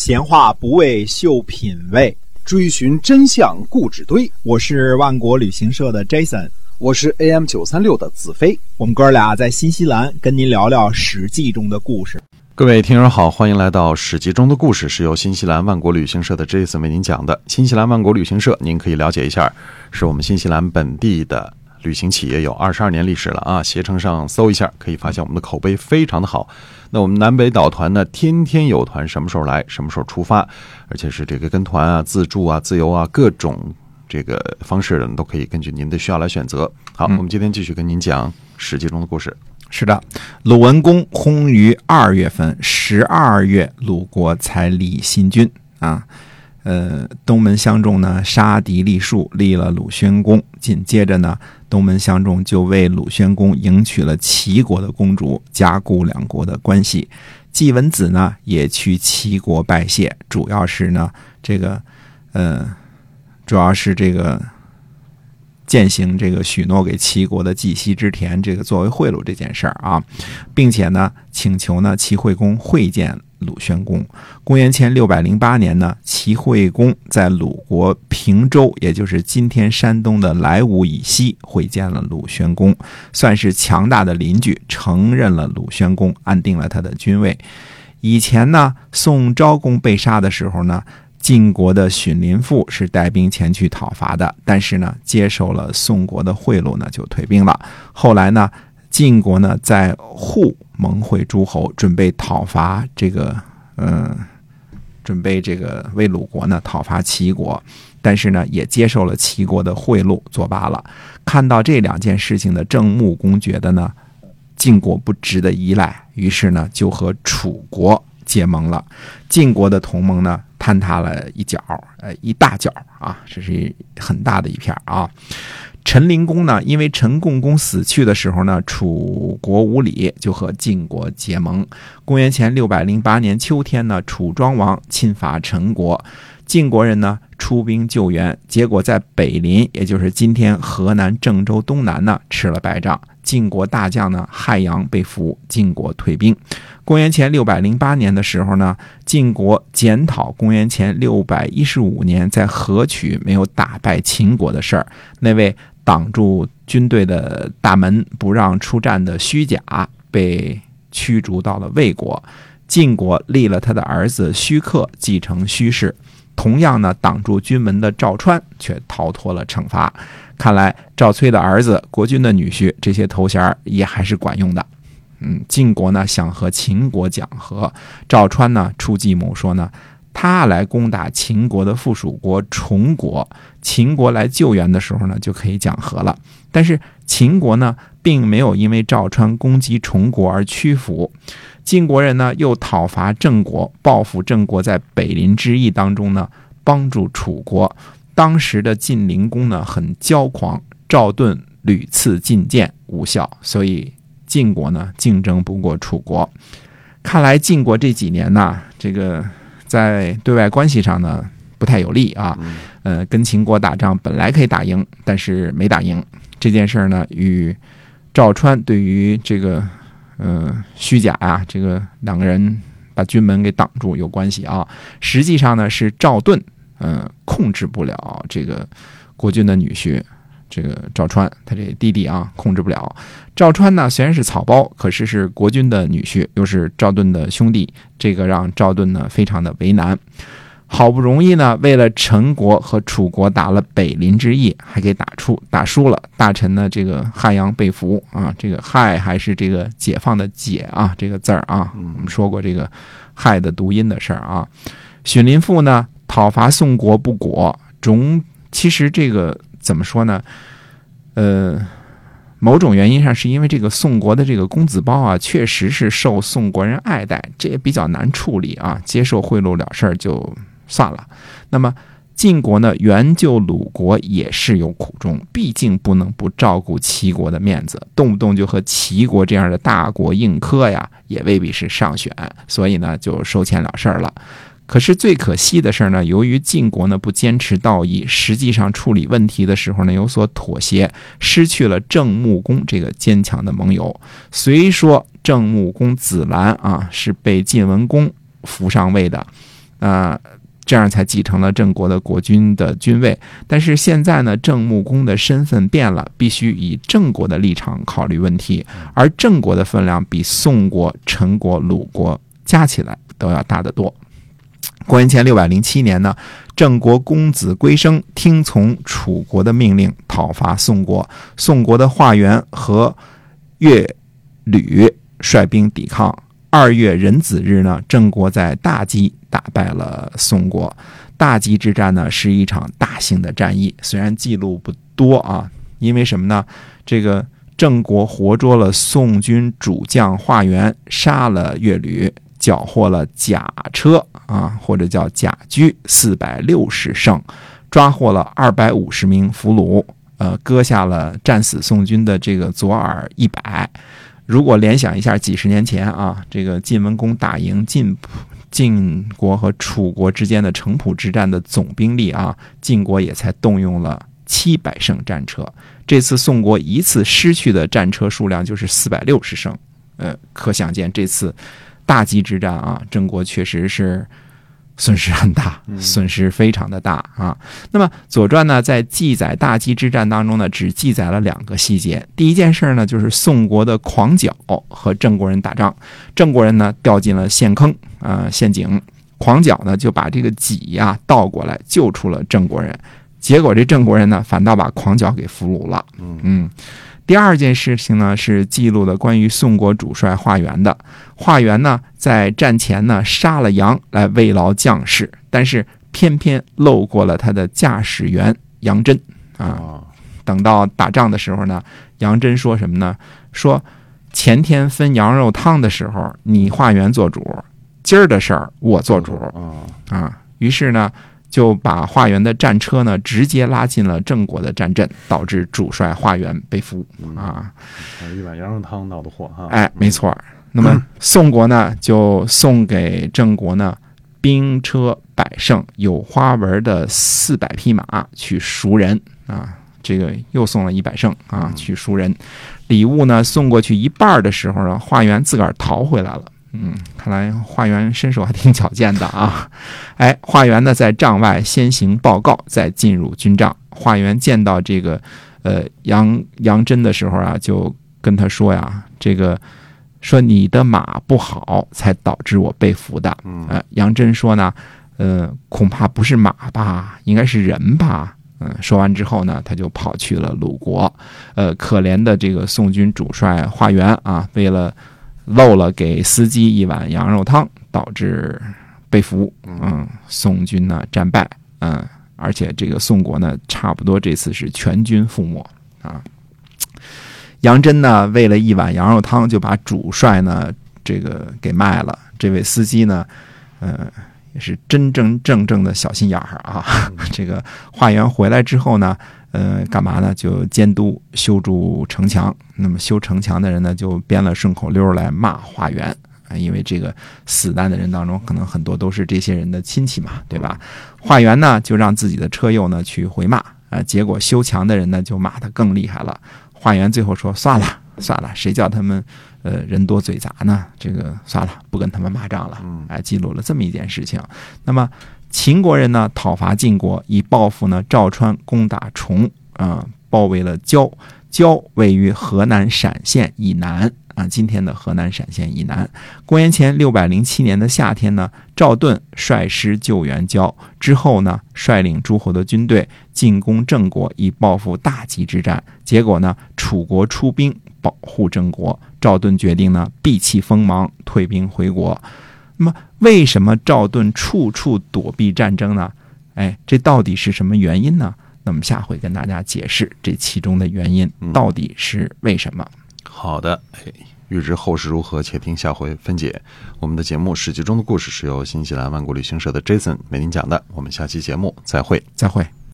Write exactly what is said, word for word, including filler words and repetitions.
闲话不为秀品味， 追寻真相故纸堆。 我是万国旅行社的 Jason， 我是 A M 九三六 的子飞。 我们哥俩在新西兰跟您聊聊史记中的故事。 各位听友好，欢迎来到史记中的故事，是由新西兰万国旅行社的 Jason 为您讲的。新西兰万国旅行社您可以了解一下，是我们新西兰本地的旅行企业，有二十二年历史了啊！携程上搜一下，可以发现我们的口碑非常的好。那我们南北岛团呢，天天有团，什么时候来什么时候出发，而且是这个跟团啊、自助啊、自由啊各种这个方式的都可以根据您的需要来选择。好，嗯、我们今天继续跟您讲史记中的故事。 是的，鲁文公薨于二月份，十二月鲁国才立新君啊。呃，东门相仲呢杀敌立树，立了鲁宣公。紧接着呢，东门相仲就为鲁宣公迎娶了齐国的公主，加固两国的关系。季文子呢也去齐国拜谢，主要是呢这个呃，主要是这个践行这个许诺给齐国的季西之田，这个作为贿赂这件事儿啊，并且呢请求呢齐惠公会见鲁宣公。公元前六百零八年呢，齐惠公在鲁国平州，也就是今天山东的莱芜以西会见了鲁宣公，算是强大的邻居，承认了鲁宣公，安定了他的君位。以前呢，宋昭公被杀的时候呢，晋国的荀林父是带兵前去讨伐的，但是呢，接受了宋国的贿赂呢，就退兵了。后来呢，晋国呢在户盟会诸侯，准备讨伐这个，呃，准备这个为鲁国呢讨伐齐国，但是呢，也接受了齐国的贿赂，作罢了。看到这两件事情的郑穆公觉得呢，晋国不值得依赖，于是呢，就和楚国结盟了。晋国的同盟呢，坍塌了一角，呃，一大角啊，这是很大的一片啊。陈灵公呢，因为陈共公死去的时候呢，楚国无礼，就和晋国结盟。公元前六百零八年秋天呢，楚庄王侵伐陈国，晋国人呢出兵救援，结果在北临，也就是今天河南郑州东南呢吃了败仗。晋国大将呢亥阳被俘，晋国退兵。公元前六百零八年的时候呢，晋国检讨公元前六百一十五年在河曲没有打败秦国的事儿，那位挡住军队的大门不让出战的虚假被驱逐到了魏国，晋国立了他的儿子虚克继承虚氏。同样呢，挡住军门的赵川却逃脱了惩罚。看来赵崔的儿子、国君的女婿，这些头衔也还是管用的。嗯，晋国呢想和秦国讲和，赵川呢出计谋说呢，他来攻打秦国的附属国崇国，秦国来救援的时候呢，就可以讲和了。但是秦国呢，并没有因为赵川攻击崇国而屈服。晋国人呢，又讨伐郑国，报复郑国在北临之役当中呢，帮助楚国。当时的晋灵公呢，很骄狂，赵盾屡次进谏无效，所以晋国呢，竞争不过楚国。看来晋国这几年呢，这个在对外关系上呢不太有利啊，呃，跟秦国打仗本来可以打赢，但是没打赢。这件事呢，与赵川对于这个呃虚假啊，这个两个人把军门给挡住有关系啊。实际上呢，是赵盾呃控制不了这个国君的女婿。这个赵川他这弟弟啊控制不了。赵川呢虽然是草包，可是是国君的女婿，又是赵盾的兄弟，这个让赵盾呢非常的为难。好不容易呢，为了陈国和楚国打了北临之役，还给打出打输了。大臣呢这个亥阳被俘啊，这个亥还是这个解放的解啊这个字儿啊，我们说过这个亥的读音的事儿啊。荀林父呢讨伐宋国不果，总其实这个怎么说呢？呃，某种原因上是因为这个宋国的这个公子包啊，确实是受宋国人爱戴，这也比较难处理啊。接受贿赂了事儿就算了。那么晋国呢，援救鲁国也是有苦衷，毕竟不能不照顾齐国的面子，动不动就和齐国这样的大国硬磕呀，也未必是上选，所以呢，就收钱了事儿了。可是最可惜的是呢，由于晋国呢不坚持道义，实际上处理问题的时候呢有所妥协，失去了郑穆公这个坚强的盟友。虽说郑穆公子兰啊是被晋文公扶上位的， 啊、呃，这样才继承了郑国的国君的君位。但是现在呢，郑穆公的身份变了，必须以郑国的立场考虑问题，而郑国的分量比宋国、陈国、鲁国加起来都要大得多。公元前六百零七年呢，郑国公子归生听从楚国的命令讨伐宋国，宋国的华元和乐吕率兵抵抗。二月壬子日呢，郑国在大畿打败了宋国。大畿之战呢，是一场大型的战役，虽然记录不多啊，因为什么呢？这个郑国活捉了宋军主将华元，杀了乐吕，缴获了甲车啊，或者叫甲车四百六十乘，抓获了二百五十名俘虏，呃，割下了战死宋军的这个左耳一百。如果联想一下几十年前啊，这个晋文公打赢晋晋国和楚国之间的城濮之战的总兵力啊，晋国也才动用了七百乘战车。这次宋国一次失去的战车数量就是四百六十乘，呃，可想见这次大畿之战啊，郑国确实是损失很大，损失非常的大啊。那么《左传》呢，在记载大畿之战当中呢，只记载了两个细节。第一件事呢，就是宋国的狂角和郑国人打仗，郑国人呢掉进了陷坑啊、呃、陷阱，狂角呢就把这个戟呀、啊、倒过来救出了郑国人，结果这郑国人呢反倒把狂角给俘虏了。嗯。第二件事情呢，是记录了关于宋国主帅华元的。华元呢，在战前呢杀了羊来慰劳将士，但是偏偏漏过了他的驾驶员杨真啊。等到打仗的时候呢，杨真说什么呢？说前天分羊肉汤的时候，你华元做主，今儿的事儿我做主啊。于是呢，就把华元的战车呢直接拉进了郑国的战阵，导致主帅华元被俘啊。 一碗羊肉汤闹的祸哈。 哎，没错。那么宋国呢，就送给郑国呢兵车百乘，有花纹的四百匹马去赎人啊。这个又送了一百乘啊，去赎人。礼物呢送过去一半的时候呢，华元自个儿逃回来了。嗯，看来华元身手还挺矫健的啊。哎，华元呢在帐外先行报告，再进入军帐。华元见到这个呃杨杨真的时候啊，就跟他说呀，这个说你的马不好，才导致我被俘的。呃，杨真说呢，呃，恐怕不是马吧，应该是人吧。嗯，说完之后呢，他就跑去了鲁国。呃，可怜的这个宋军主帅华元啊，为了漏了给司机一碗羊肉汤，导致被俘。嗯，宋军呢战败。嗯，而且这个宋国呢，差不多这次是全军覆没啊。杨真呢，为了一碗羊肉汤，就把主帅呢这个给卖了。这位司机呢，呃。也是真真正正的小心眼儿啊！这个华元回来之后呢，呃，干嘛呢？就监督修筑城墙。那么修城墙的人呢，就编了顺口溜来骂华元啊，因为这个死难的人当中，可能很多都是这些人的亲戚嘛，对吧？华元呢，就让自己的车友呢去回骂啊，结果修墙的人呢就骂得更厉害了。华元最后说：“算了，算了，谁叫他们。”呃，人多嘴杂呢，这个算了，不跟他们骂仗了。哎，记录了这么一件事情。那么秦国人呢，讨伐晋国，以报复呢赵川攻打崇啊、呃，包围了焦。焦位于河南陕县以南啊，今天的河南陕县以南。公元前六百零七年的夏天呢，赵盾率师救援焦，之后呢，率领诸侯的军队进攻郑国，以报复大畿之战。结果呢，楚国出兵保护郑国，赵盾决定呢避弃锋芒，退兵回国。那么，为什么赵盾处处躲避战争呢？哎，这到底是什么原因呢？那么下回跟大家解释这其中的原因到底是为什么。 嗯、好的，哎，欲知后事如何，且听下回分解。我们的节目《史记中的故事》是由新西兰万国旅行社的 Jason 为您讲的。我们下期节目再会， 再会。